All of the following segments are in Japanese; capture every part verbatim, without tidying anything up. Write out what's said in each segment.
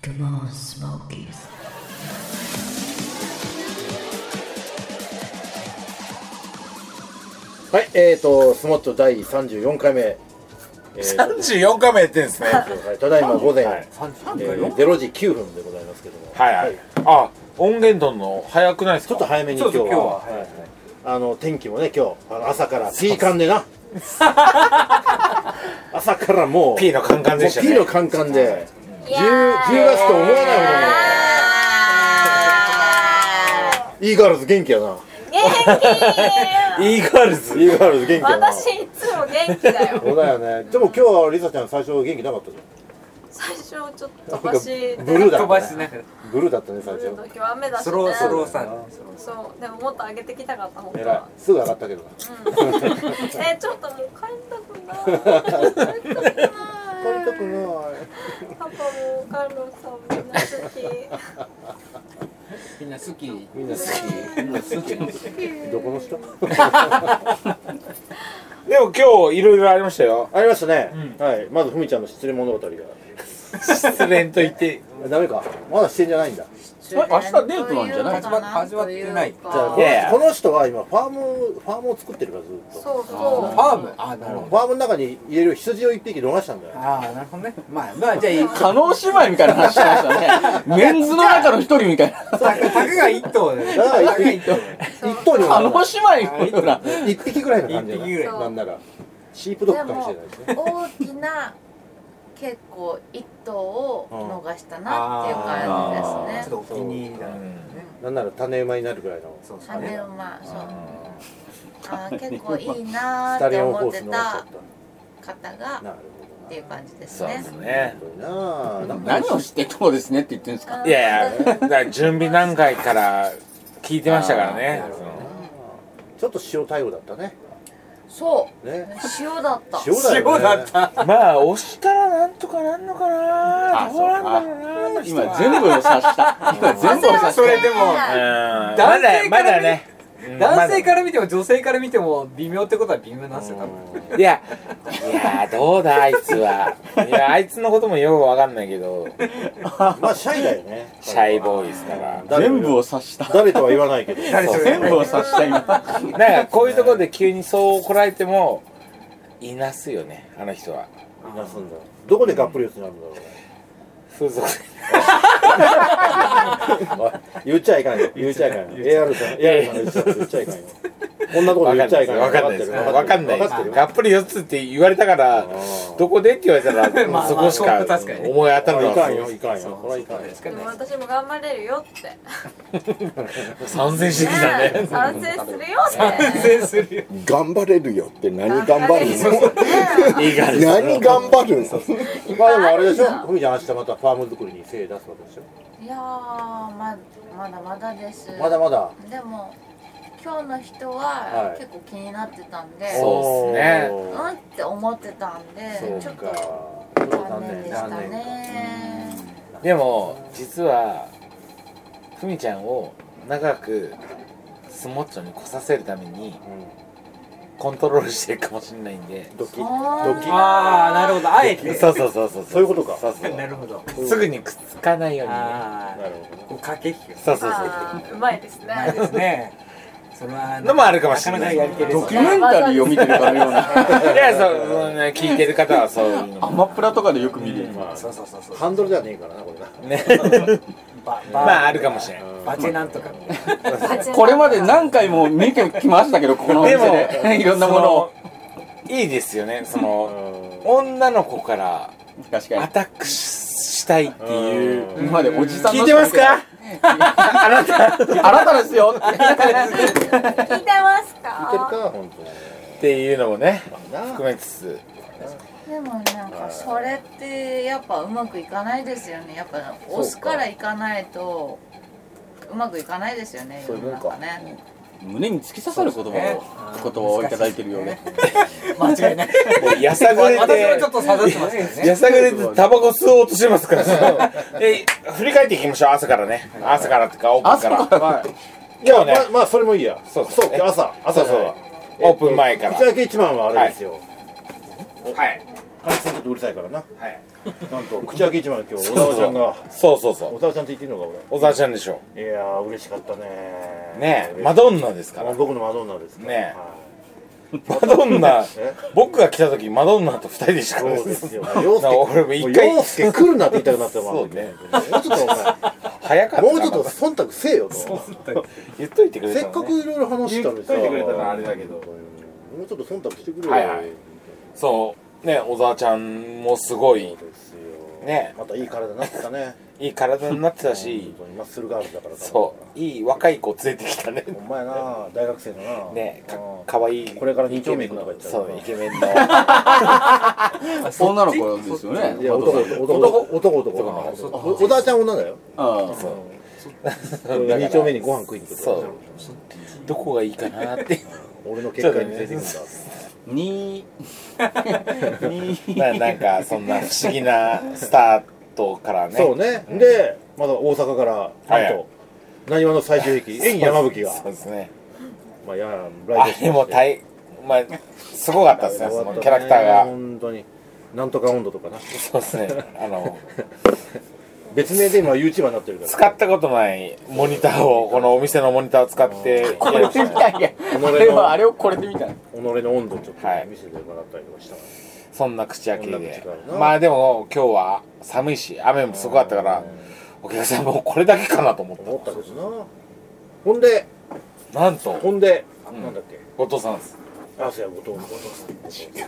Come on, Smokies. はい、えーと、スモットだいさんじゅうよんかいめ、えー、 さんじゅうよんかいめやってんですね。 はい、ただいま午前、 はい、 えー、れいじきゅうふんでございますけども、 はいはい、はい、あ、音源取るの早くないですか？ ちょっと早めに今日は、今日は、はいはい、あの天気もね、今日あの朝からピーカンでな朝からもうピーのカンカンでしたね。 ピーのカンカンで 10, じゅうがつと思えないほどのイーガールズ元気やな。 元気イーガールズイーガールズ元気やな。 私いつも元気だよ。 そうだよね。でも今日はリサちゃん最初元気なかったじゃん。 最初ちょっと飛ばしブルーだったね。 飛ばしながらブルーだったね最初。 今日雨だしね。 スロースローさん。 そうでももっと上げてきたかった本当えらいは。 すぐ上がったけどな。 うん、えちょっともう帰りたくない。帰りたくない。 帰りたくない。 パパもカルロさんみんな好き。 みんな好き。 みんな好き。みんな好き。どこの人？ でも今日いろいろありましたよ。 ありましたね。 うん、 はい。まずふみちゃんの失恋物語が。 失恋と言ってダメか。まだしてんじゃないんだ。 明日デートなんじゃない？始ま始まってない。 じゃあこのこの人は今ファームファームを作ってるからずっと。 そうそう。 ファーム。あ、なるほど。 ファームの中に入れる羊を一匹逃したんだよ。 ああ、なるほどね。まあまあじゃあいい。 加納姉妹みたいな話してましたね。メンズの中の一人みたいな。 タクが一頭で。 だから一匹一頭に加納姉妹ほら一匹ぐらいの感じだな。 一匹ぐらいなんならシープドッグかもしれないですね。 大きな結構一頭を逃したなっていう感じですね。 ちょっとお気に入りだね。 なんなら種馬になるぐらいの。 そうそう。 羽馬、そう。あー結構いいなスターってリオンホース思って逃しちゃったた。 方がなるっていう感じですそうでね。 すね。 ほどなあ。なんか何を知ってそうですねって言ってるんですか。 いやいや、だから準備段階から聞いてましたからね。 ちょっと塩対応だったね。 そう。 ね。 塩だった。 塩だよね。 塩だった。 まあ押したらなんとかなんのかな。どうなんだろうなあの人は。 今全部を察した。今全部を察した。 それでもうんまだまだね。 男性から見ても女性から見ても微妙ってことは微妙なんですよ多分。 いやいやどうだあいつは。いやあいつのこともよくわかんないけど。 まあシャイだよね。 シャイボーイですから。 全部を察した。 誰とは言わないけど。 全部を察した今。 なんかこういうところで急にそう怒られてもいなすよねあの人は。 いなすんだ。どこでがっぷり四つになるんだろうね。 風俗。 言っちゃいかんよ。言っちゃいかんよ。エーアール さん、エーアール さん言っちゃいかんよ。こんなとこ言っちゃいかんよ。 わかんないです。わかんないです。 分かってる。 がっぷり四つって言われたからどこでって言われたらそこしか思い当たるのいかんよ。いかんよ。これはいかんよ。 でも私も頑張れるよって参戦してきたね。 賛成するよって賛成するよ。 頑張れるよって何頑張るの？ いいから何頑張るの？ まあでもあれでしょ。ふみちゃん明日またファーム作りに精出すわけでしょ。 いやーままだまだです。 まだまだ。 でも今日の人ははい結構気になってたんで、 そうですねうんって思ってたんで、ちょっと残念でしたね。 でも実はふみちゃんを長くスモッチョに来させるためにコントロールしてるかもしれないんで。 ドキドキ。 ああなるほどあえて。 そうそうそうそうそういうことか。 そうそうなるほど。 すぐにくっつかないようにね。 あなるほど。 あ駆け引き。 そうそうそうあーうまいですねないですね。それはのもあるかもしれないなかなかやり手です。 ドキュメンタリーを見てるかのような。 いやそううん聞いてる方はそういうのアマプラとかでよく見る。 まあそうそうそうそう。 ハンドルじゃねえからなこれな。 ね。 ばまああるかもしれない。 バチェなんとか。 これまで何回も見てきましたけどここのお店でいろんなものを。 いいですよねその女の子から確かにアタックしたいっていう今までおじさんの聞いてますかあなたあなたですよ聞いてますいけるかか本当に。 っていうのもね含めつつ。 でもなんかそれってやっぱうまくいかないですよね。やっぱ押すからいかないとうまくいかないですよね。世の中ね。 胸に突き刺さる言葉を言葉をいただいてるようで。 間違いない。 もうやさぐれ私もてちょっと刺さってますけどね。 やさぐれてタバコ吸おうとしてますからで振り返っていきましょう朝からね朝からってかオープンから今日ねまあまあそれもいいや。 そうそう朝朝そうだ。 オープン前から内訳一番はあれですよ。 はいあいつちょっとうるさいからな。 はいなんと口開け一番今日小沢ちゃんがそうそうそう小沢ちゃんって言っていいのか小沢ちゃんでしょ俺いやー嬉しかったねねえマドンナですから僕のマドンナですからねえはいマドンナえ僕が来た時マドンナと二人でしたからそうですよ陽介俺も一回陽介来るなって言いたくなったもんそうねもうちょっとお前早かったもうちょっと忖度せえよと言っといてくれたせのねっかくいろいろ話したのにさ言っといてくれたのはあれだけどもうちょっと忖度してくれよはいはいそうね小沢ちゃんもすごいそうですよねまたいい体になってたねいい体になってたし本当にマッスルガールだからそういい若い子連れてきたねほんまやな大学生のなねかうんかわいいこれから二丁目行くとか言ってたそらうイケメンの女の子ですよねいや男男男男男男小田ちゃん女だよああだから二丁目にご飯食いに行くとかそうどこがいいかなって俺の結果に連れてくんだにななんかそんな不思議なスタートからねそうねでまだ大阪からはいなんとなにわの最終駅縁山吹がそうですねまあやあ来れも大まあすごかったですねそのキャラクターが本当になんとか温度とかなそうですねあの別名で今 YouTuber になってるから使ったことないモニターをこのお店のモニターを使ってこれで見たいやあれはあれをこれで見たい己の温度をちょっとはい見せてもらったりとかしたからそんな口開けそんなで口があるなまあでも今日は寒いし雨もすごかったからお客さんもこれだけかなと思っ思ったけどなほんでたなんとほんでうんなんだっけ後藤さんですあそうや後藤の後藤さん後藤さ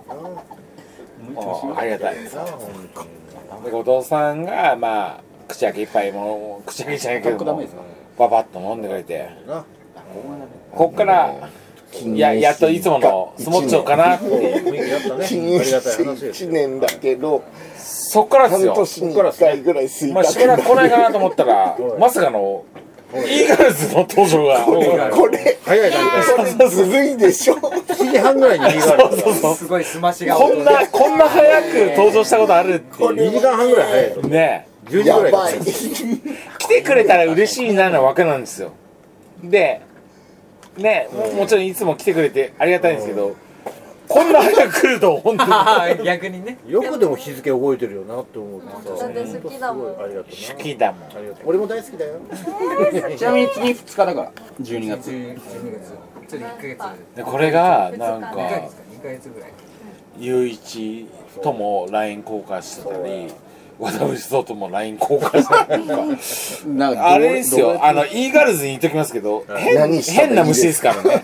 んあありがたいなあ本当にで後藤さんがまあ口開け一杯も口開けじゃないけどもダメですかババッと飲んでくれてなこっからいややっといつものスモッチョかなっていう雰囲気だったね禁ありがたい酒話ですいちねんだけどそっからです半よ年にいっかいぐらい吸いまあたくなるしばらく来ないかなと思ったらおいまさかのイーガルズの登場がこれ早い段階これずるいでしょしちじはんぐらいにリーガールそうそうすごいスマッシュがこんなこんな早く登場したことあるっていにじかんはんぐらい早いとうねじゅうじぐらいかやばい来てくれたら嬉しいなのわけなんですよでねももちろんいつも来てくれてありがたいんですけどこんな早く来ると本当にあー逆にねよくでも日付覚えてるよなって思うとさだって好きだもん本当すごいありがとうな好きだもんありがとう俺も大好きだよちなみに次ふつかだからじゅうにがつじゅうにがつちょっといっかげつでこれがなんかにかげつかにかげつぐらいゆういちとも ライン 交換してたり渡辺壮とも ライン 交換してたりなんかあれですよあのいイーガルズに言っときますけど変何したらいいですか変な虫ですからね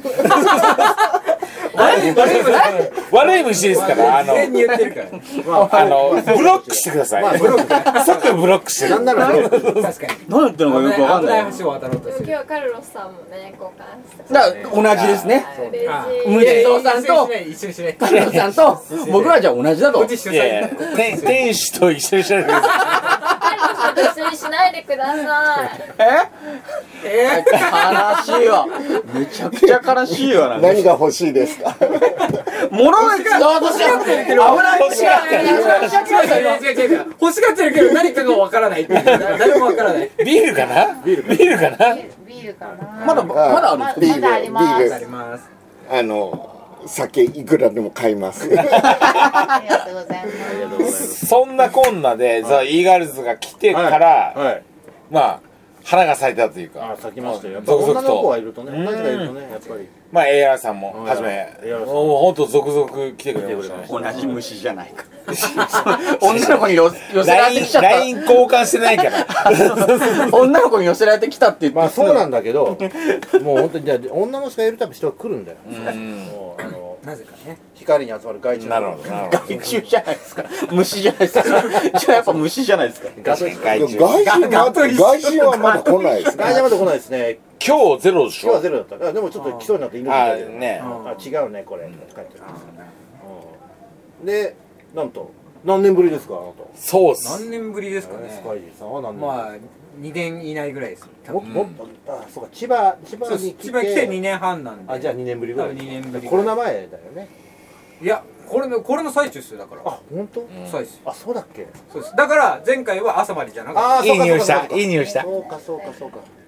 悪い虫ですからあの事前に言ってるからあのブロックしてください即ブロックしてなんならね確かに何言ってるのかよくわかんない危ない橋を渡ろうとしてる今日カルロスさんもね交換してだから同じですねあ嬉しい無人島さんと一緒にしないカルロさんと僕らじゃあ同じだとこっち主いやいや催天天使と一緒にしないでくださカルロスさんと一緒にしないでくださいえ悲しいわめちゃくちゃ悲しいわなんか何が欲しいですか物が違うとし合ってるけど危ない欲しがってる違う違う違う違う欲しがってるけど何かがわからないっていう誰もわからないいビールかなビールビールかなビールかなまだまだあるんですかまだありますビールありますあの酒いくらでも買いますありがとうございますありがとうございますそんなこんなでザ・イーガールズが来てからはいまあ花が咲いたというかあ咲きましたよやっぱ続々 女の子とがいるとね女の子がいるとねやっぱりまあ エーアール さんもはじめうん エーアール さんもうほんと続々来てくれましたね同じ虫じゃないか女の子に寄寄せられてきちゃっライン 交換してないからた女の子に寄せられてきたって言ってまあそうなんだけどもう本当にじゃあ女の人がいると人が来るんだようんもうあのなぜかね光に集まる害虫なるほどなるほど害虫じゃないですか虫じゃないですかじゃあやっぱ虫じゃないですかガト害虫外人まだ外人はまだ来ないですね害虫まで来ないですね今日ゼロでしょ今日はゼロだったあでもちょっと来そうになって犬みたいであねあ違うねこれって書いてあるうんでなんと何年ぶりですかあなたそうっす何年ぶりですかねスカイジーさんは何年ぶりまあにねん以内ぐらいです多分ももっとあそうか千葉千葉そうに来て千葉来てにねんはんなんであじゃあにねんぶりぐらい多分にねんぶりコロナ前だよねいやこれのこれの最中ですよだからあ本当そうですあそうだっけそうですだから前回は朝までじゃなかっあーいい匂いしたそうかそうかいい匂いしたそうかそうかそうか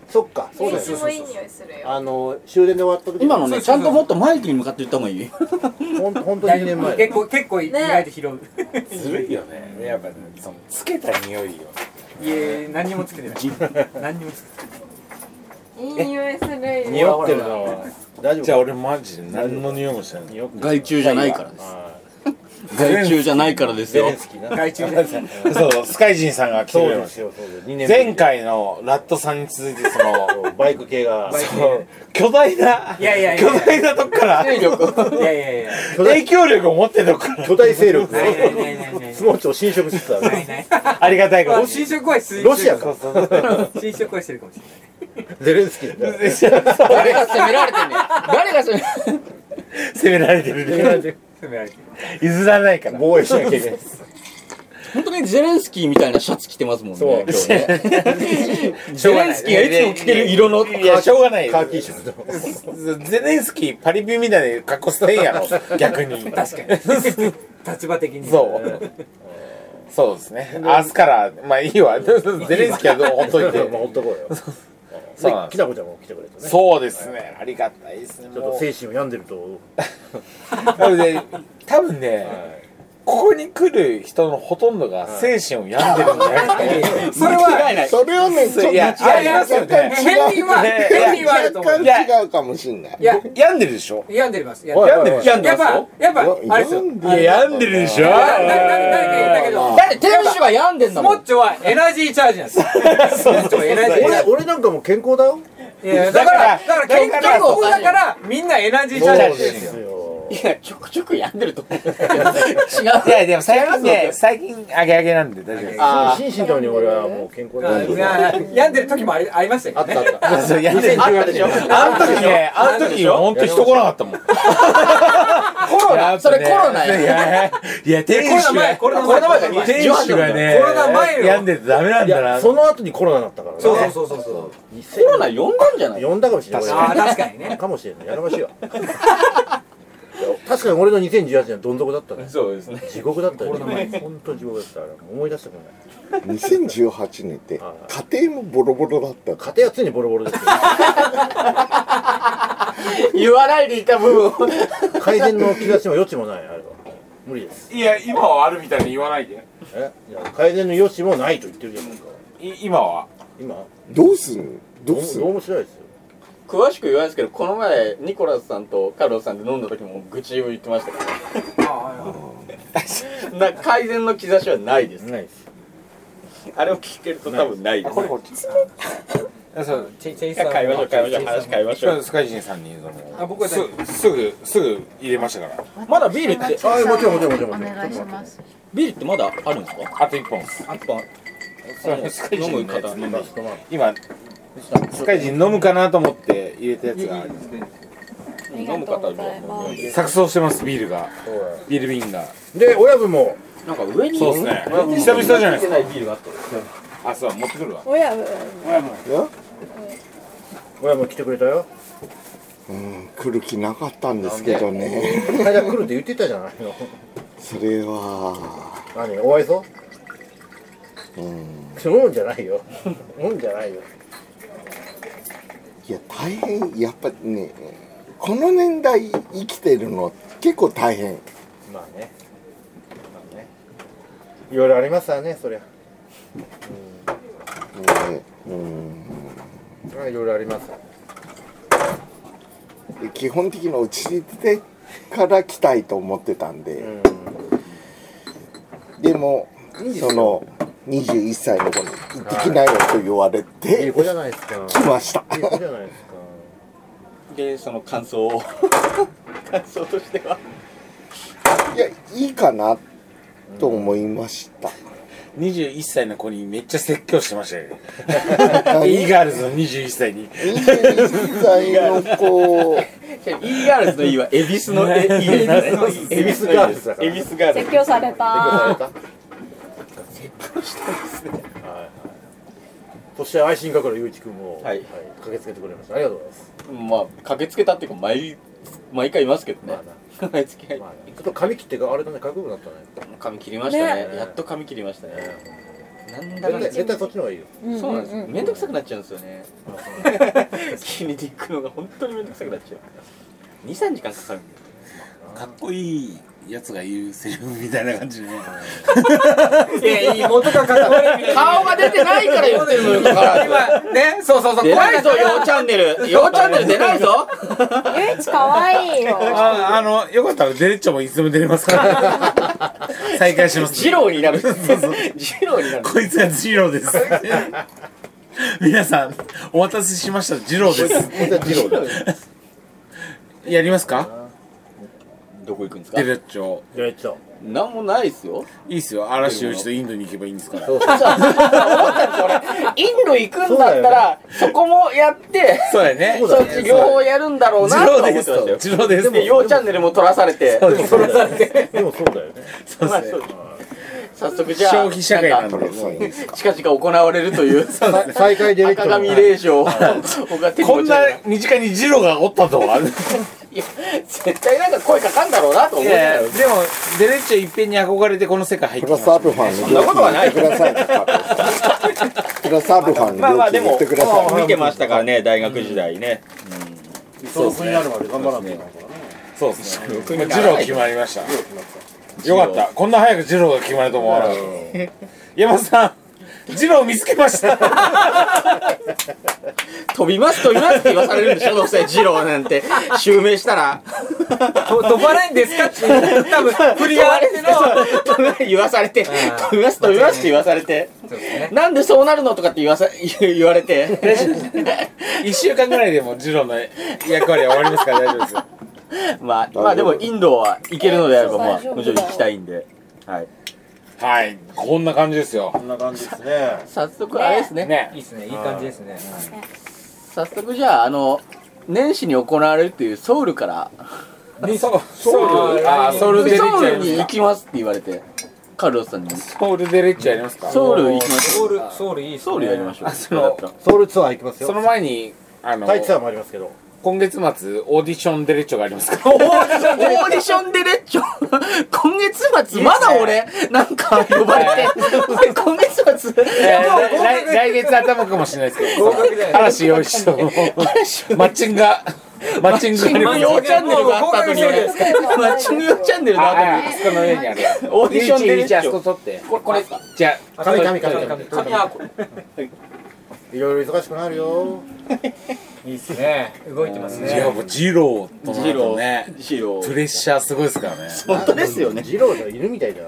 そっかそうだよね電子もいい匂いするよ。 あの終電で終わった時今のねちゃんともっとマイクに向かって言った方がいい。 ほんほんとににねんまえ結構結構意外と拾う。 ずるいよねやっぱそのつけた匂いよ。 いえ何にもつけてない。何にもつけていい匂いするよ。 匂ってるのは大丈夫じゃあ俺マジで何の匂いもしない。 匂ってる害虫じゃないからです。 は害虫じゃないからですよゼレン。スキーなない。害虫です。 そうスカイジンさんが来てそうでくれました。 すよそうですにねんぶり前回のラットさんに続いてそのそうバイク系がバイクそう巨大ないやいやいや巨大なとこから勢力。 いやいやいや。 影響力を持ってるとこから巨大勢力ないないないないない。 スモーチを侵食してたないない。 ありがたいこともう侵食はしロシアか侵食はしてるかもしれない。 ゼレンスキーだ誰が責められてんねん。誰が責め。 攻められてるね責められてる。 譲らないから防衛しなきゃいけないです本当にゼレンスキーみたいなシャツ着てますもんね。 そう今日ね。ゼレンスキーがいつも着てる色の。 いやしょうがないよカーキー色のゼレンスキーパリピみたいな格好してんやろ逆に確かに。立場的に。 そうそうですね明日からまあいいわゼレンスキーはほっといてまあほっとこうよそうなんですきなこちゃんも来てくれてねそうですねありがたいですねちょっと精神を病んでるとなので多分ねここに来る人のほとんどが精神を病んでるんじゃないかとそれは間違いない。 それはねちょっといやありますよね変理はね変理はあると思う。 若干違うかもしんないいや病んでるでしょ病んでます。病んで病んでるでしょ病んでやっぱますよ。 やっぱあれですよ。 いや病んでるでしょななな誰か言ったけど。 だって店主が病んでんだもんスモッ。チョはエナジーチャージなんですよ。スモッチョはエナジーチャー俺俺なんかもう健康だよジ。いやだからだから健康だからみんなエナジーチャージしてるんですよ。 よいやちょくちょく病んでると思う。違う。 いやでも最近ね最近アゲアゲなんで大丈夫ですあ心身ともに俺はもう健康だよいや病んでる時もありありましたよ。 あったあったそう病んでるあったでしょ。 あの時ねあの時ほんと人来なかったもんコロナ。それコロナいやや。 いや店主がコロナ前コロナ前だ店主がねコロナ前よ病んでてダメなんいだなやその後にコロナになったからねそうそうそうそうそう。 コロナ呼んだんじゃない。 呼んだかもしれないああ確かにね。 かもしれないやらましいわ確かに俺のにせんじゅうはちねんどん底だったねそうですね。 地獄だったよ本当に地獄だったあれ思い出したくないにせんじゅうはちねんって家庭もボロボロだった家庭は常にボロボロですよ言わないでいた部分を。 改善の兆しも余地もないあれは無理ですいや今はあるみたいに言わないでえいや改善の余地もないと言ってるじゃないですかい今は今どうすんのどどううすんのどうもしないですよ詳しく言わないですけど、この前ニコラスさんとカルロスさんで飲んだ時も愚痴を言ってましたからな改善の兆しはないです。 ないですあれを聞けると多分ないです。 これこっちそうチェチェイいやサー。 変えましょう変えましょう話変えましょう。 スカイジンさんにあ僕はすすぐすぐ入れましたからまだビールってあもちろんもちろんもちろんお願いします。 ビールってまだあるんですか？ あといっぽんですあとスカイジンのやつ飲む方ラストマン今スカイジン飲むかなと思って入れたやつがあります飲む方は錯綜してますビールがそうだよビール瓶がで親分もなんか上にそうですね久々じゃないですかビールがあった。 あそう持ってくるわ親分。 親分来てくれたようん来る気なかったんですけどねこの間来るって言ってたじゃないのそれは何お会いそううんそううんじゃないようんじゃないよいや大変やっぱねこの年代生きてるの結構大変まあねまあねいろいろありますわねそりゃねうんそれはいろいろありますで基本的に落ち着いてから来たいと思ってたんで、でもそのにじゅういっさいの子に「行ってきなよ」と言われいいて子じゃないですか来ましたいい子じゃないですかでその感想を感想としては。 いやいいかなと思いました、 にじゅういっさいの子にめっちゃ説教してましたよねイーガールズのにじゅういっさいににじゅういっさいの子イーガールズのいいは恵比寿のえいいですね。 恵比寿ガールズだから恵比寿ガールズ。 説教され説教された。 た説教したんですねはいはいそして愛心係雄一君も、 はい駆けつけてくれましたありがとうございますまあ駆けつけたっていうか毎毎回いますけどね。毎月まあね、ちょっと髪切ってかあれだねかっこよくなったね髪切りましたね。 ねやっと髪切りましたね。 なんだかんだ絶対そっちの方がいいよ。 そうなんですよ。めんどくさくなっちゃうんですよね。気に行くのが本当にめんどくさくなっちゃう。に、さんじかんかかるんだよ。 かっこいいやつが言うセリフみたいな感じでね。 いやいや元がかっこいいみたいな。 顔が出てないから言ってるのよ。だから今ね、そうそうそう。 出ないぞ、ようチャンネル。ようチャンネル出ないぞ。 ゆういちかわいいよ。 あ、あの、よかったらデレッチョもいつでも出れますから再開します。 ジローになる。ジローになる。 こいつはジローです皆さんお待たせしました、ジローですこいつはジローだ。 やりますか？ どこ行くんですか？ デレッチョデレッチョ。 なんもないっすよ。 いいっすよ、嵐洋一とインドに行けばいいんですから。 そうそう。 思ったんですよ、俺。インド行くんだったら、そこもやって、 そうやね。 そっち両方やるんだろうなと思ってましたよ。 ジローです。 で、ようチャンネルも取らされて、 でもそうだよね。 そうですね。 早速じゃあ、 消費社会なんでなんか近々行われるという、 再開デレッチョ。 赤髪令状をこんな身近にジローがおったとは。 いや、絶対なんか声かかんだろうなと思ってたよ。 いやでもデレッチョいっぺんに憧れてこの世界入ってプきましたラスアルファにそんなことはないください。プラスアルファにまあまあでも言ってください。 見てましたからね、大学時代ね。 その国になるまで頑張らんといけないからね。 そうですね。ジロー決まりました。よかった。こんな早くジローが決まると思わなかった。山田さん、ジロー見つけました。 飛びます飛びますって言わされるんでしょ、どうせジローなんて襲名したら。 と飛ばないんですかって多分振りがあっての言わされて、飛びます飛びますって言わされて、なんでそうなるのとかって言わさ言われて、 一週間ぐらいでもジローの役割は終わりますから大丈夫ですよ。 まあまあでもインドは行けるのであれば、まあもちろん行きたいんで、はい。 はい、こんな感じですよ。 こんな感じですね。 早速あれですね。 ねいいですね、いい感じですね。 早速じゃああの年始に行われるっていうソウルからソウル、あ、ソウルデレッチソウルョやりますか。 に行きますって言われて、カルロスさんにソウルデレッチョやりますか。 ソウル行きましょう。 ソウル、ソウルいいっすね。 ソウルやりましょう。 あ、そのソウルツアー行きますよ。 その前にあのタイツアーもありますけど。 今月末オーディションデレッチョがありますから。 オーディションデレッチョ今月末まだ俺なんか呼ばれて今月末えー来来月頭かもしれないですけど、 合格じゃない嵐洋一とマッチングがマッチングがあります。 マッチング用チャンネルがあった後に俺マッチング用チャンネルの後にあそこの上にあるオーディションデレッチョあそこ取って、 これこれですか？ じゃあ紙紙紙紙。 紙はこれいろいろ忙しくなるよ。 いいっすね。動いてますいやね。 もうジローとなるとね、 ジロープレッシャーすごいですからね。 本当ですよね。 ジローがいるみたいだな。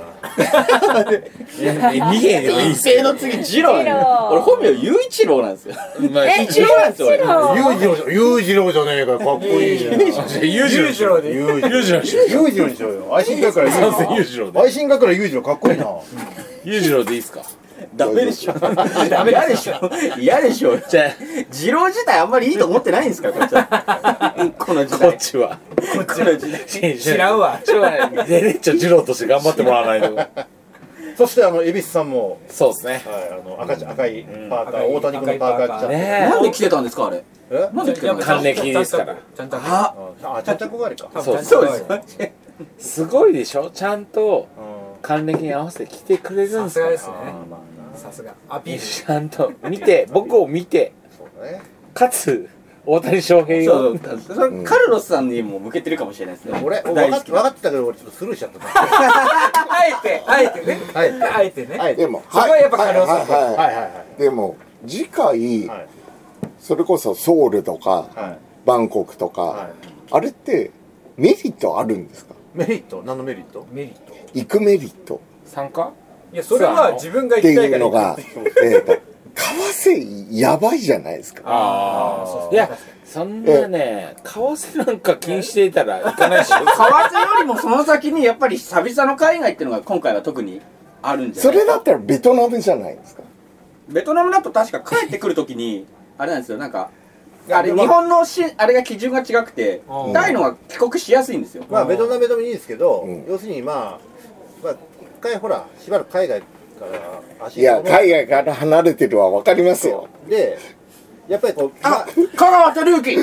二兵でもいいっ一すよ。 平の次ジロージロー俺本名雄一郎なんですよ。 まあ一郎なんですよ俺。 裕次郎じゃ裕次郎じゃねえか、かっこいいじゃん。 裕次郎で裕次郎裕次郎でしょ。 裕次郎にしようよ。愛心学からそうですね、裕次郎で。 愛心学から裕次郎かっこいいな。 裕次郎でいいですか。 ダメでしょ。ダメ嫌でしょ。嫌でしょ。 じゃジロー自体あんまりいいと思ってないんですからこっちは。この時あこっ代。 ちはこっちの時代。 知らんわしょうがない。デレッチョジローとして頑張ってもらわないと。 そしてあの恵比寿さんも、 そうですね。 はい、あの赤ちゃん赤いパーカー、 赤い大谷君のパーカー着ちゃって。 ねなんで来てたんですかあれ。 え？ なんで来てたんですか。 還暦ですから。 ちゃんと。 あ、 あ、ちゃんちゃんこがありか。 そうそうです。 すごいでしょ。ちゃんとうん還暦に合わせて来てくれるんさですから。 すがですね。 まあな。 さすが。アピール。 ちゃんと見て、僕を見て、 そうだね。 かつ大谷翔平を。 そうそう。それカルロスさんにも向けてるかもしれないですね。 俺、分大好きかっ分かってたけど、俺ちょっとスルーしちゃった。 あえて、あえてね。 はい。 あえてね。 はい。 でも、 そこはやっぱカルロスさんはいはいはいはいはいはい。 でも、次回、 はい。 それこそソウルとか、 はい。 バンコクとか、 はい。 あれってメリットあるんですか？ メリット？何のメリット？ メリット。 行くメリット参加？ いや、それは自分がって行きたいからいうのが、えっと、為替やばいじゃないですか。 ああ。いや、そんなね、為替なんか気にしていたら行かないでしょ。 為替よりもその先にやっぱり久々の海外っていうのが今回は特にあるんじゃない。 それだったらベトナムじゃないですか。 ベトナムだと確か帰ってくるときにあれなんですよ、なんかあれいや日本のしあれが基準が違くて、 うんタイのが帰国しやすいんですよ。 まあ、ベトナムベトナムいいですけど、 うん要するにまあ、まあ、一回ほら、しばらく海外から足いや、 を海外から離れてるは分かりますよ。 で、 やっぱりこう、まあ、香川照之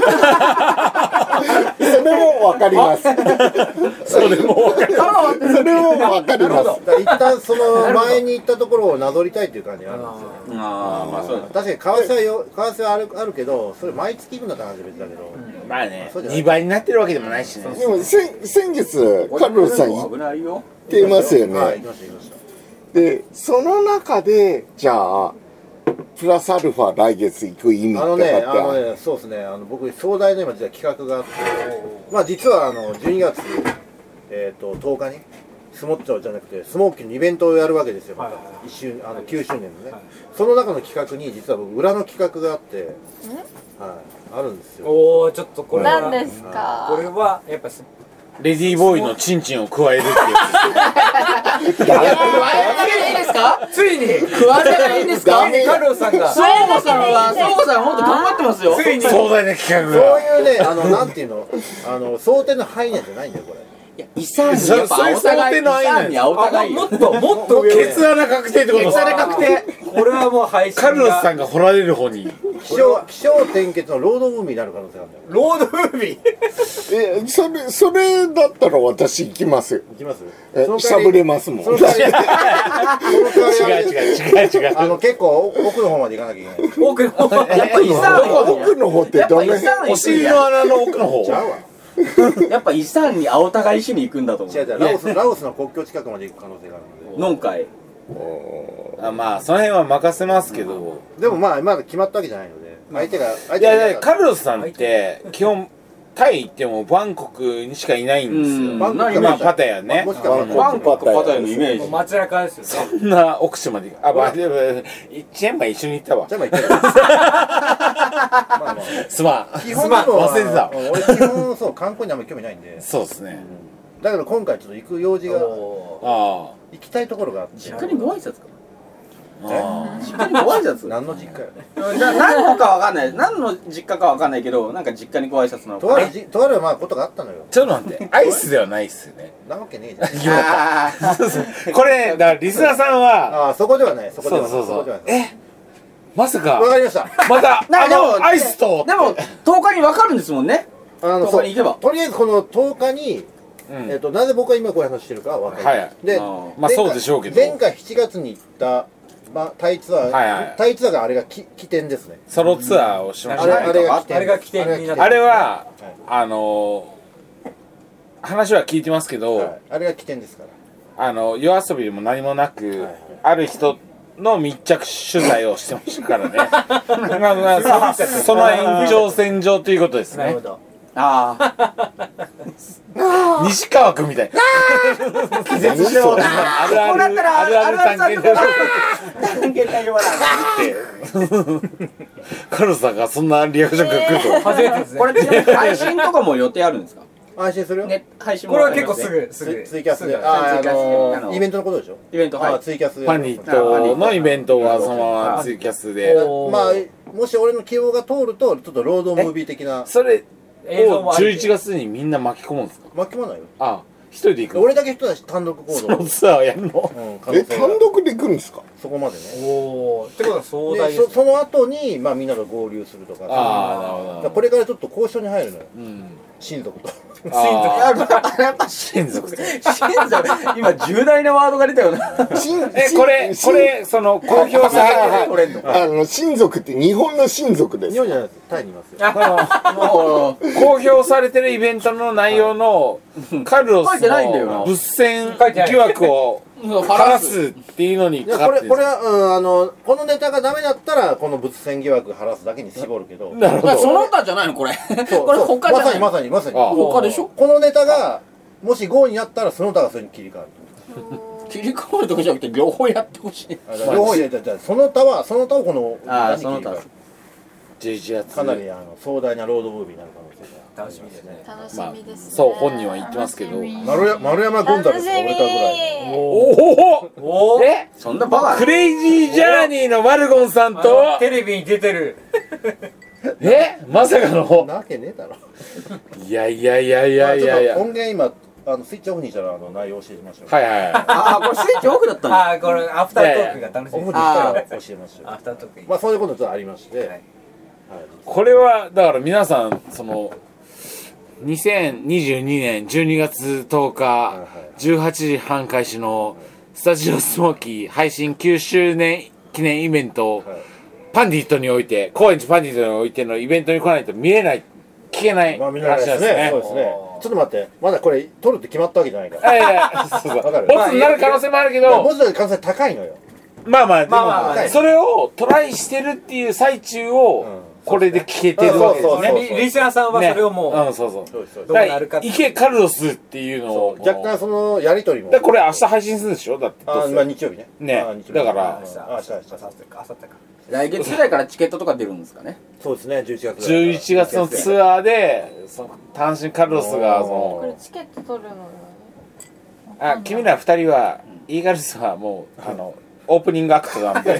それもわかります。 それも分かる。 それもわかります。 だから一旦その前に行ったところをなぞりたいっていう感じがあるんですよ。 ああ、まあそうだ。 確かに為替はよ為替はあるあるけど、それ毎月行くんだったら話は別だけど、 まあねそうじゃないにばいになってるわけでもないしね。 でも先先月カルロスさん行危ないよ。 ってますよはい、行ね。 きました行きました。 でその中でじゃあプラスアルファ来月行く意味あのね、 とかってあのね、そうですね、あの僕壮大な今実は企画があって、まあ実はあのじゅうにがつえっととおかにスモッチョじゃなくてスモーキーのイベントをやるわけですよ。また一周あのきゅうしゅうねんのね。その中の企画に実は僕裏の企画があって、はいあるんですよ。 おおちょっとこれは何ですかこれはやっぱレディーボーイのチンチンを加えるっていう加えなきゃいいですか？ ついに加えなきゃいいんですか？ ついにカルロスさんがそうごさんは、そうごさん本当頑張ってますよ。 ついに壮大な企画そうが。 いうね、あのなんていうの、あの想定の範囲なんじゃないんだよこれ。 いや、遺産にやっぱお互い、遺産にお互いもっともっと上ケツ穴確定ってことです血穴確定。 これはもう配信カルロスさんんが掘られる方に。 気象気象転結のロードムービーになる可能性があるんだよ。 ロードムービーえそれそれだったら私行きますよ。 行きます？ えその代わりしゃぶれますもん。 その代わりその代わり違う違う違う違う。 あの結構奥の方まで行かなきゃいけない。 奥の方やっぱ遺産奥の方ってやっぱどの遺産お尻の穴の奥の方。 ちゃうわ。 やっぱ遺産に青互いしに行くんだと思う。 違う違う、ラオスラオスの国境近くまで行く可能性があるので。 ノンカイ。 あまあその辺は任せますけど。 でもまあまだ決まったわけじゃないので、相手が相いやいや手がいなかっカルロスさんって基本タイ行ってもバンコクにしかいないんですよ。 うんバンコクかまあパタヤねも。しくはバンコクパタヤのイメージ。 街中ですよねそんな奥地まで行く。あ、まあでもチェンマイ一緒に行ったわじ。ゃあまあ行ってる。まあまあすまん。 基本でも忘れてたあの俺基本そう観光にあんまり興味ないんで。 そうですね。 だけど今回ちょっと行く用事がおあ行きたいところがあって。 実家にご挨拶かあ。あ実家にご挨拶何の実家よね。 な何のかわかんない。何の実家かわかんないけど、なんか実家にご挨拶なのかとあるじとあるまあことがあったのよ。 ちょっと待って。アイスではないっすよね。 なわけねえじゃん。 あーこれだからリスナーさんはああそこではないそこではない。 そうそうそうこでは。ないえまさかわかりました。 またあなんかでものアイスとでもとおかにわかるんですもんね。 あのとおかに行けば。 とりあえずこのとおかに、 うんえっとなぜ僕は今こういう話してるかは分かる、 はいで、 あーまあそうでしょうけど前回しちがつに行った、まあ、タイツアー、 はいはいタイツアーがあれがき起点ですね。 ソロツアーをしました。 あれあれが起点あれが起点になってあれははいあの話は聞いてますけど、 はい、あれが起点ですから。 あの夜遊びでも何もなく、 はいはいある人の密着取材をしてましたからね。まあまあそその延長線上ということですね。 なるほどああ。 西川君みたいな。気絶してもあるあるあるあるある探検隊探検隊呼ばないってカルロスさんがそんなリアクションが来ると。 初めてですねこれちなみに配信とかも予定あるんですか？ 安心するよ。 ね、配信もこれは結構すぐすツぐイツイキャスで、 すぐあー、あツイキャスであののーイベントのことでしょ。 イベント、はいあー。ツイキャスで。 パニットのイベントはそのままツイキャスで。 おーまあもし俺の希望が通るとちょっとロードムービー的なそれ映像もありをじゅういちがつにみんな巻き込むんですか？ 巻き込まないよ。 あ、一人で行くの？ 俺だけ人たち単独行動。 そのツアーやるの？ うん、可能え性が単独で行くんですか？ そこまでね。 おおってことは壮大でですそその後にまあみんなが合流するとか。 ああ、なるほだからど。 これからちょっと交渉に入るのよ。 うん。 親族と。 あやっぱ親族親族今重大なワードが出たよな。 ーえ、これ、これ、その、公表されてこれんのあの親族って日本の親族です日本じゃないです。タイにいますよ。 もう公表されてるイベントの内容のカルロス書いてないんだよなの物戦疑惑をもう晴らすっていうのにいやかかってるこれこれは、うん、あのこのネタがダメだったらこの物戦疑惑晴らすだけに絞るけど。 なるほど。 その他じゃないのこれ。 そうこれそう他じゃない。 まさにまさにまさに。 あ他でしょ。 このネタがもしゴーになったらその他がそれに切り替わる。 切り替わるとかじゃなくて両方やってほしい。 あ両方入れてじゃあその他はその他をこのあー何に切り替えるそのじゅういちがつかなりあの壮大なロードムービーになる可能性が楽しみですね楽しまあみですね、 そう本人は言ってますけど楽しみ丸山丸山ゴンザレスが俺かぐらいの。 おおおおえそんなバカクレイジージャーニーのマルゴンさんとテレビに出てるえまさかのなわけねえだろ。 いやいやいやいやいやいやまあちょっと音源今あのスイッチオフにしたらあの内容教えましょう。 はいはいはああ、これスイッチオフだったんだ。 ああこれアフタートークが楽しみですオフにしたら教えましょう。 アフタートークまあそういうことちょっとありまして、 はいこれはだから皆さんそのにせんにじゅうにねんじゅうにがつとおかじゅうはちじはん開始のスタジオスモーキー配信きゅうしゅうねん記念イベント、パンディットにおいて高円寺パンディットにおいてのイベントに来ないと見えない聞けない話なんですね。 そうですね。ちょっと待って、まだこれ撮るって決まったわけじゃないから。 いやいや、そうそう。 わかる。 ボツになる可能性もあるけど、 ボツの可能性高いのよ。 まあまあ、でまあまあまあもそれをトライしてるっていう最中をこれで聞けてるわけですね。 リリスナーさんはそれをもう、 うん、そうそう。 そうですそうですどうなるか行けカルロスっていうのを若干そのやりとりも。 でこれ明日配信するんでしょ？だってどうせあ、まあ日曜日ね。 ねあ日曜日だから明日明日明日明後日か明後日か来月ぐらいからチケットとか出るんですかね。 そうですね、じゅういちがつじゅういちがつのツアーでその単身カルロスがそのこれチケット取るのあ君らふたりはイーガルスはもうあのオープニングアクトなんでイー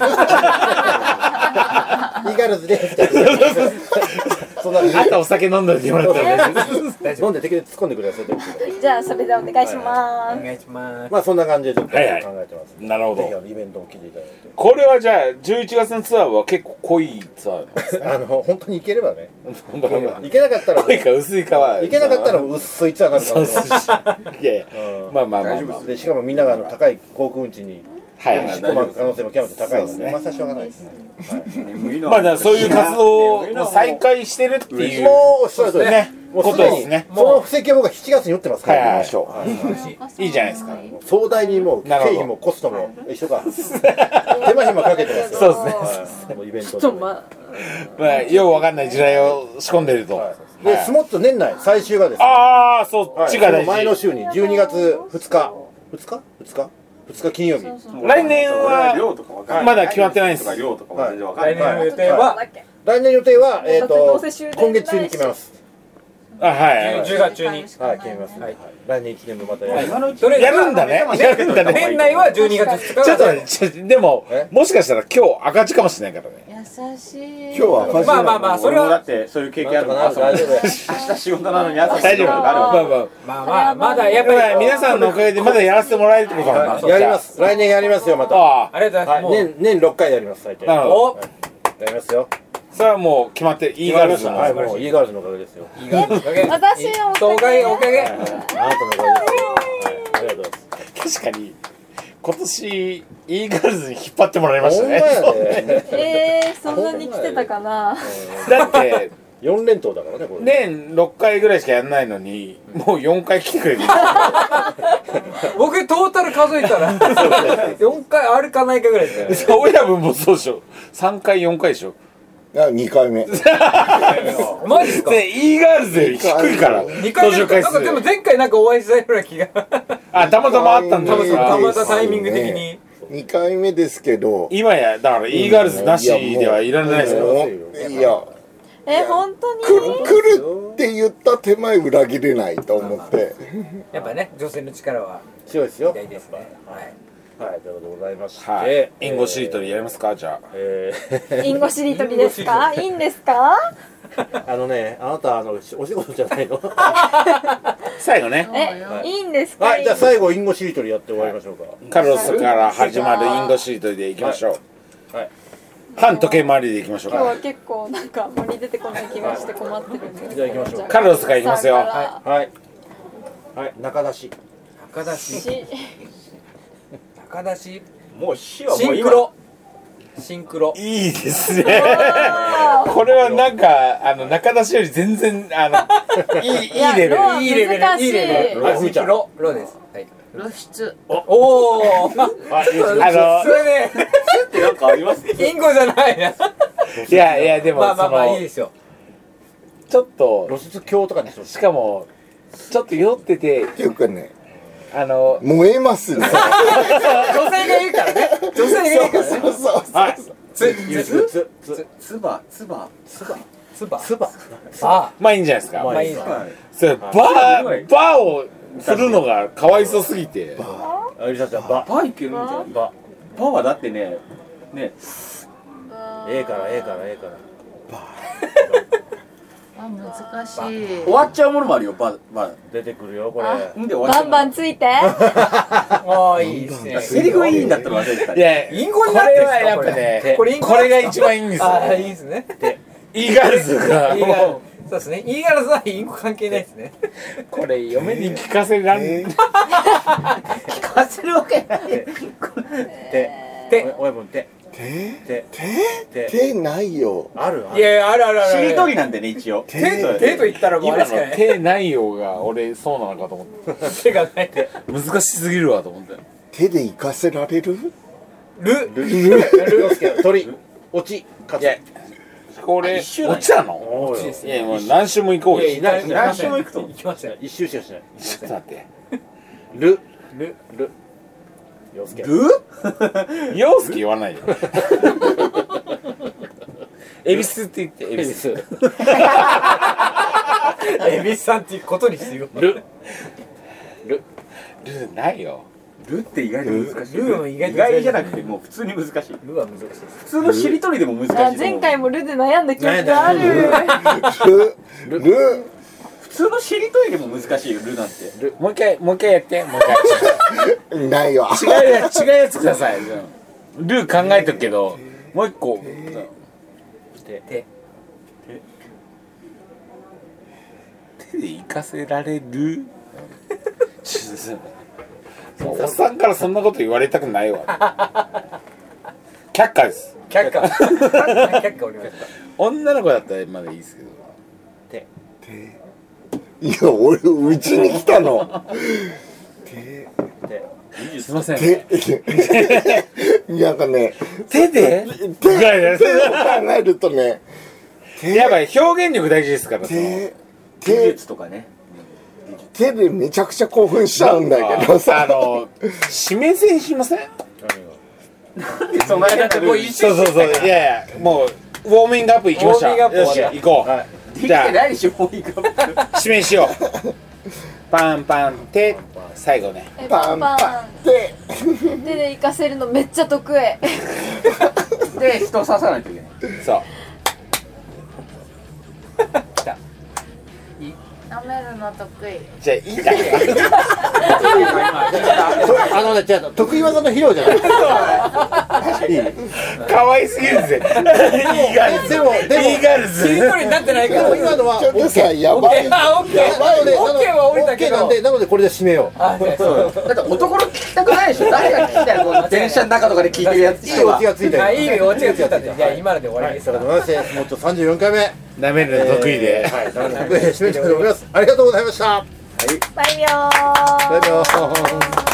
ガルズでそんなあとお酒飲んでおいてもらったら飲んで敵で突っ込んでくれそれでじゃあそれでお願いしまお願いします。 まあそんな感じでちょっと考はいはいえてます。 なるほどぜひあのイベントを聞いていただいて。 これはじゃあじゅういちがつのツアーは結構濃いツアーなんですね。 あの本当に行ければね。 本当に行けなかったら濃いか薄いかは行けなかったら薄いツアーになるかそうもしれない。 そういやいやうんまあまあまあまあでしかもみんながあの高い航空運賃にはい引っ込まる可能性も極めて高いので、 そうですねまあそれはしょうがないですね。 まあだからそういう活動を再開してるっていうもうおっしゃる通りねもうことですね。 その布石を僕はしちがつに打ってますから。 はいはいいいじゃないですか。 壮大にもう経なるほど費もコストも一緒か。手間暇かけてますよ。 そうですねはいもうイベントす。ちょっとままあようわかんない時代を仕込んでると。 でスモット年内最終がですね。 ああそっちが大はいその前の事。 週にじゅうにがつふつか、ふつか？ふつか？ふつか金曜日。 来年はまだ決まってないです。 量とかも全然わかんない。 来年の予定は来年予定はえっとどうせ終電今月中に決めます。 あはい。 じゅうがつ中にはい決めます。はい来年いちねんぶまたやる。 今のうちとりあえずやるんだね。やるんだね。 年内はじゅうにがつふつかちょっと待ってちょでもえもしかしたら今日赤字かもしれないからね。 優しい。 今日は赤字まあまあまあそれ俺もだはってそういう経験あるなんとかなる大丈夫や。 明日仕事なのに朝大丈夫。まあまあ。 まあまあまだやっぱりやっぱり皆さんのおかげでまだやらせてもらえるってことなんだ。 やります。来年やりますよまた。 ああ。 ありがとうございます。もうはい年年ろっかいやります最低。 なるほど。 おやりますよ。 それはもう決まってイーガールズの。 はいもうイーガールズのおかげですよ。 いいがおかげ私のおかげおかげおかげあなたのおかげですよ。はいありがとうございます。 確かに今年イーガールズに引っ張ってもらいましたほんまね。 やね。 えー、そんなに来てたかな。 だってよん連投だからねこれ。 年ろっかいぐらいしかやんないのにもうよんかい来てくれる。 僕トータル数えたらよんかいあるかないかぐらいですよね。 親分もそうでしょ。さんかいよんかいでしょ。 あにかいめマジですか？ でイーガールズより低いからにかい登場回数目なんかでも前回なんかお会いしたような気があたまたまあったんだたまけどたまたタイミング的ににかいめですけど今やだからイーガールズなしではいられないですよ。 もういやえ、本当に来る来るって言った手前裏切れないと思ってやっぱね女性の力は強いですよ。 偉大ですね。はい。 はいということでございまして。 はい。インゴシリトリやりますかじゃあ。 えーインゴしりとりですか？いいんですか？ あのねあなたあのお仕事じゃないの。 最後ねえ、いいんですか？ はいじゃあ最後インゴしりとりやって終わりましょうか。 カルロスから始まるインゴシリトリでいきましょう。 はい。 反時計回りでいきましょうか。 今日は結構なんか盛り出てこない気がして困ってるんですけど。 じゃあ行きましょうカルロスからいきますよ。 ははいはい中出し。 中出しし中出しもう死はもシう今ンクロシンクロいいですね。これはなんかあの中出しより全然あのいいいいレベル。 ロいいレベル難しいいいレベルはいシンクロロですはい露出。 おおあいいですねあのそれねってなんかあります？ インゴじゃないないやいやでもまあまあそのまあいいですよちょっと露出鏡とかにしてほしいしかもちょっと酔っててっていうかねあの燃えますね女性が言うからね女性が言うからねそうそうはいつつつつつつばつばつばつばつばあまあいいんじゃないですか。 ままあいいのそれバーバーを振るのがかわいそうすぎて。 ありさちゃんばバいけるんじゃん。 ばバはだってねねええからええからええからあ難しい。 終わっちゃうものもあるよババ。 出てくるよこれんで終わっちゃう。 バンバンついて。 ああいいですねセリフいいんだったら忘れてた。 いやインゴこになってんすかれはやっぱねこれインゴこれが一番いいんですよ。 ああいいですねイイーガールズがイーガールもそうですね。イーガールズはインコ関係ないですね。 うこれ嫁に聞かせらん、 えー聞かせるわけない。 手手親分手手手手手手ないよ。 あるあるいやいや、あるあるある。 しりとりなんでね、一応。 手手と、手と言ったらもうあれ今しかない。 の手ないよが俺そうなのかと思って手がない。 難しすぎるわと思って手で行かせられる？ ル。 洋介鳥落ち勝いやちこれあ一周なんや落ちたのおーよいやもう何周も行こうよいやいや何周も行くと行きましたよ。 一周しかしないちょっと待ってルルル洋介ル陽介言わないよ恵比寿って言って恵比寿エビスさんっていうことにしよう。 ルルーないよルって意外と難しい。 ルは意外と意外じゃなくて、もう普通に難しい。 ルは難しいです。 普通のしりとりでも難しいとあ思う。 前回もルで悩んだ記憶がある。 ルル普通のしりとりでも難しいよ、ルなんて。 もう一回もう一回やってもう一回ないよ。 違うやつ違うやつくださいルー考えとくけどもう一個手手。 手で行かせられるちょっとおっさんからそんなこと言われたくないわ却下です却下。却下おりました。 女の子だったらまだいいですけど手いや俺うちに来たの。手手すいません手なんかね手で手ぐらいだ手を考えるとねやばい表現力大事ですからその手技手術とかね。 手でめちゃくちゃ興奮しちゃうんだけどあさ。 の指名戦しませんその間ってもう一そうそうそういやいやもうウォーミングアップ行きましょうウォーミングアップよし行こう、 はいできてないでしょ、もういいか。 指名しようパンパン手最後ねえパンパパンパン手ン手で行かせるのめっちゃ得意。 で、人を刺さないといけない。 そう舐めるの得意。 じゃあいいかあのねじゃあ得意技の披露じゃないいい可愛すぎるぜイーガールズでもでもイーガールズしりとりになってないから。 でも今のはちょっとさやばい。 あ、オッケー。 なのでオッケーは降りたけ OK なんど。 でなのでこれで締めようあ、じゃあそう。 だって男の聞きたくないでしょ。誰が聞きたいの、この電車の中とかで聞いてるやつ。 いいオチがついたあ、 よいいよ、オチがついたんで。じゃあ今ので終わりです。 ありがとうございますもうちょっとさんじゅうよんかいめ舐めるの得意で、 はい得意で締めたいと思いますありがとうございましたバイビョー。 バイバイ